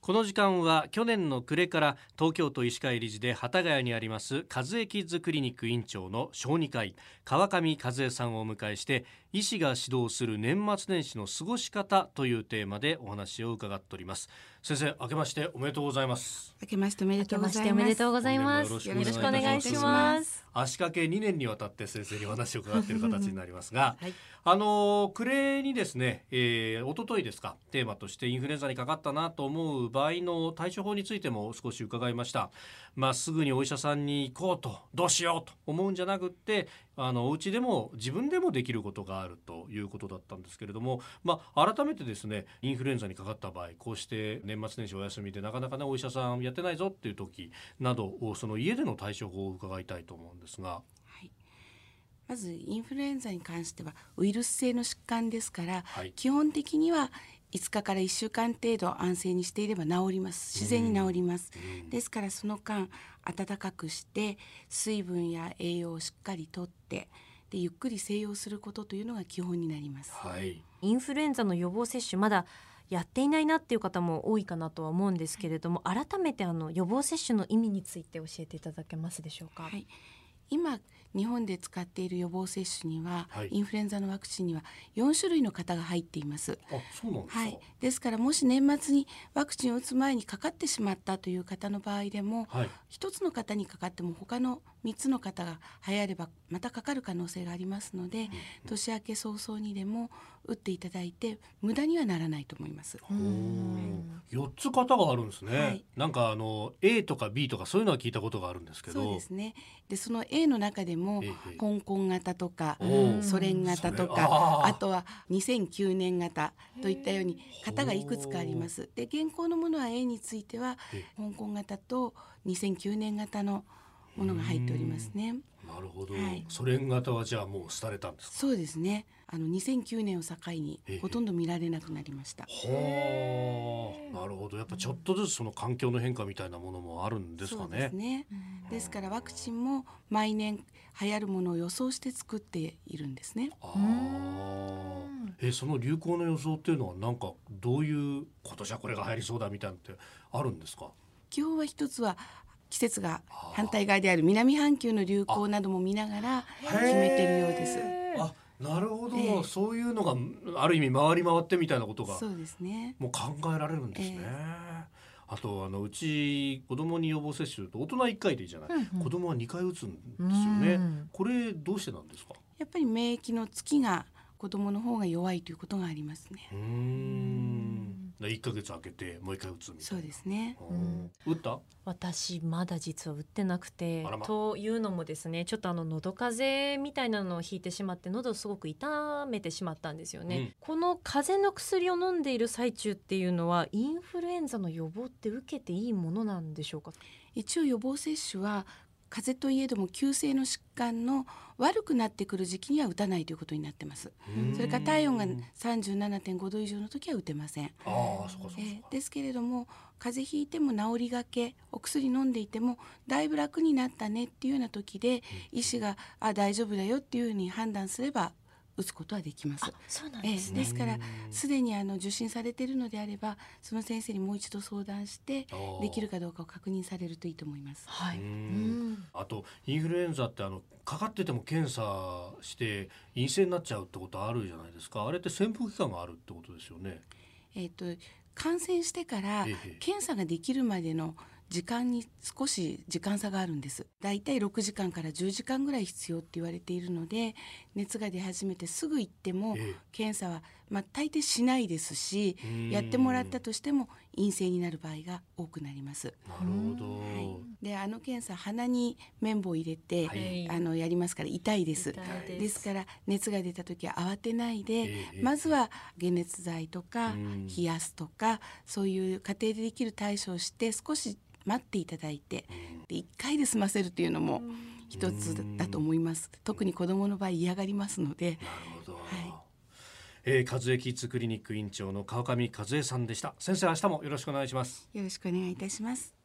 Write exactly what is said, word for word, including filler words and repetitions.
この時間は去年の暮れから東京都医師会理事で幡ヶ谷にあります和江キッズクリニック院長の小児科医川上和江さんをお迎えして、医師が指導する年末年始の過ごし方というテーマでお話を伺っております。先生、明けましておめでとうございます。 明けましておめでとうございます。 明けましておめでとうございます。 よよろしくお願いします。 足掛けにねんにわたって先生にお話を伺っている形になりますが、 はい、 あの暮れにですね、えー、一昨日ですか、テーマとしてインフルエンザにかかったなと思う場合の対処法についても少し伺いました。まあ、すぐにお医者さんに行こうと、どうしようと思うんじゃなくって、あのお家でも自分でもできることがあるということだったんですけれども、まあ、改めてですね、インフルエンザにかかった場合、こうして年末年始お休みでなかなかねお医者さんやってないぞっていう時などを、その家での対処法を伺いたいと思うんですが、 はい、まずインフルエンザに関してはウイルス性の疾患ですから、はい、基本的にはいつかからいっしゅうかん程度安静にしていれば治ります。自然に治ります。ですからその間暖かくして水分や栄養をしっかりとってでゆっくり静養することというのが基本になります。 はい、 インフルエンザの予防接種まだやっていないなっていう方も多いかなとは思うんですけれども、改めてあの予防接種の意味について教えていただけますでしょうか。 はい、今日本で使っている予防接種には、はい、インフルエンザのワクチンにはよんしゅるいの型が入っています。 あ、そうなんですか。 はい、ですからもし年末にワクチンを打つ前にかかってしまったという方の場合でも、はい、ひとつの型にかかっても他のみっつの型が流行ればまたかかる可能性がありますので、うん、年明け早々にでも打っていただいて無駄にはならないと思います。 よっつ型があるんですね。はい、なんかあの エー とか ビー とかそういうのは聞いたことがあるんですけど。 そうですね。でその エー の中でも香港型とかソ連型とか あ, あとはにせんきゅうねん型といったように型がいくつかあります。で現行のものは エー については香港型とにせんきゅうねん型のものが入っておりますね。 なるほど、はい、ソ連型はじゃあもう廃れたんですか。 そうですね。あのにせんきゅうねんを境にほとんど見られなくなりました。 はあ、なるほど。やっぱちょっとずつその環境の変化みたいなものもあるんですかね。 そうですね。ですからワクチンも毎年流行るものを予想して作っているんですね。 あえその流行の予想っていうのはなんかどういう今年はこれが流行りそうだみたいなのってあるんですか。 基本は一つは季節が反対側である南半球の流行なども見ながら決めているようです。 あ、なるほど、えー、そういうのがある意味回り回ってみたいなことがそうですね。 もう考えられるんですね。えー、あとあのうち子供に予防接種と大人いっかいでいいじゃない、うんうん、子供はにかい打つんですよね。これどうしてなんですか。 やっぱり免疫のつきが子供の方が弱いということがありますね。 うーんいっかげつ空けてもういっかい打つみたいな。 そうですね。 うん、打った？ 私まだ実は打ってなくて、 ま、 というのもですね、ちょっとあの喉風邪みたいなのをひいてしまって喉をすごく痛めてしまったんですよね。うん、この風邪の薬を飲んでいる最中っていうのはインフルエンザの予防って受けていいものなんでしょうか。 一応予防接種は風邪といえども急性の疾患の悪くなってくる時期には打たないということになってます。それから体温が さんじゅうななてんご 度以上の時は打てません。 あ、そうかそうか。 えー、ですけれども風邪ひいても治りがけお薬飲んでいてもだいぶ楽になったねっていうような時で、医師があ大丈夫だよっていうふうに判断すれば打つことはできます。 そうなんですね。 えー、ですからすでにあの受診されているのであればその先生にもう一度相談してできるかどうかを確認されるといいと思います。 はい、うんあとインフルエンザってあのかかってても検査して陰性になっちゃうってことあるじゃないですか。あれって潜伏期間があるってことですよね。 えーと、感染してから検査ができるまでの時間に少し時間差があるんです。だいたいろくじかんからじゅうじかんぐらい必要って言われているので、熱が出始めてすぐ行っても検査は、まあ、大抵しないですし、やってもらったとしても陰性になる場合が多くなります。 なるほど、 はい、であの検査鼻に綿棒を入れて、はい、あのやりますから痛いです。 痛いです。 ですから熱が出た時は慌てないで、えー、まずは解熱剤とか冷やすとかそういう家庭でできる対処をして少し待っていただいて、でいっかいで済ませるというのも一つだと思います。特に子どもの場合嫌がりますので。 なるほど、 はいえー、和江キッズクリニック院長の川上和江さんでした。先生、明日もよろしくお願いします。 よろしくお願いいたします。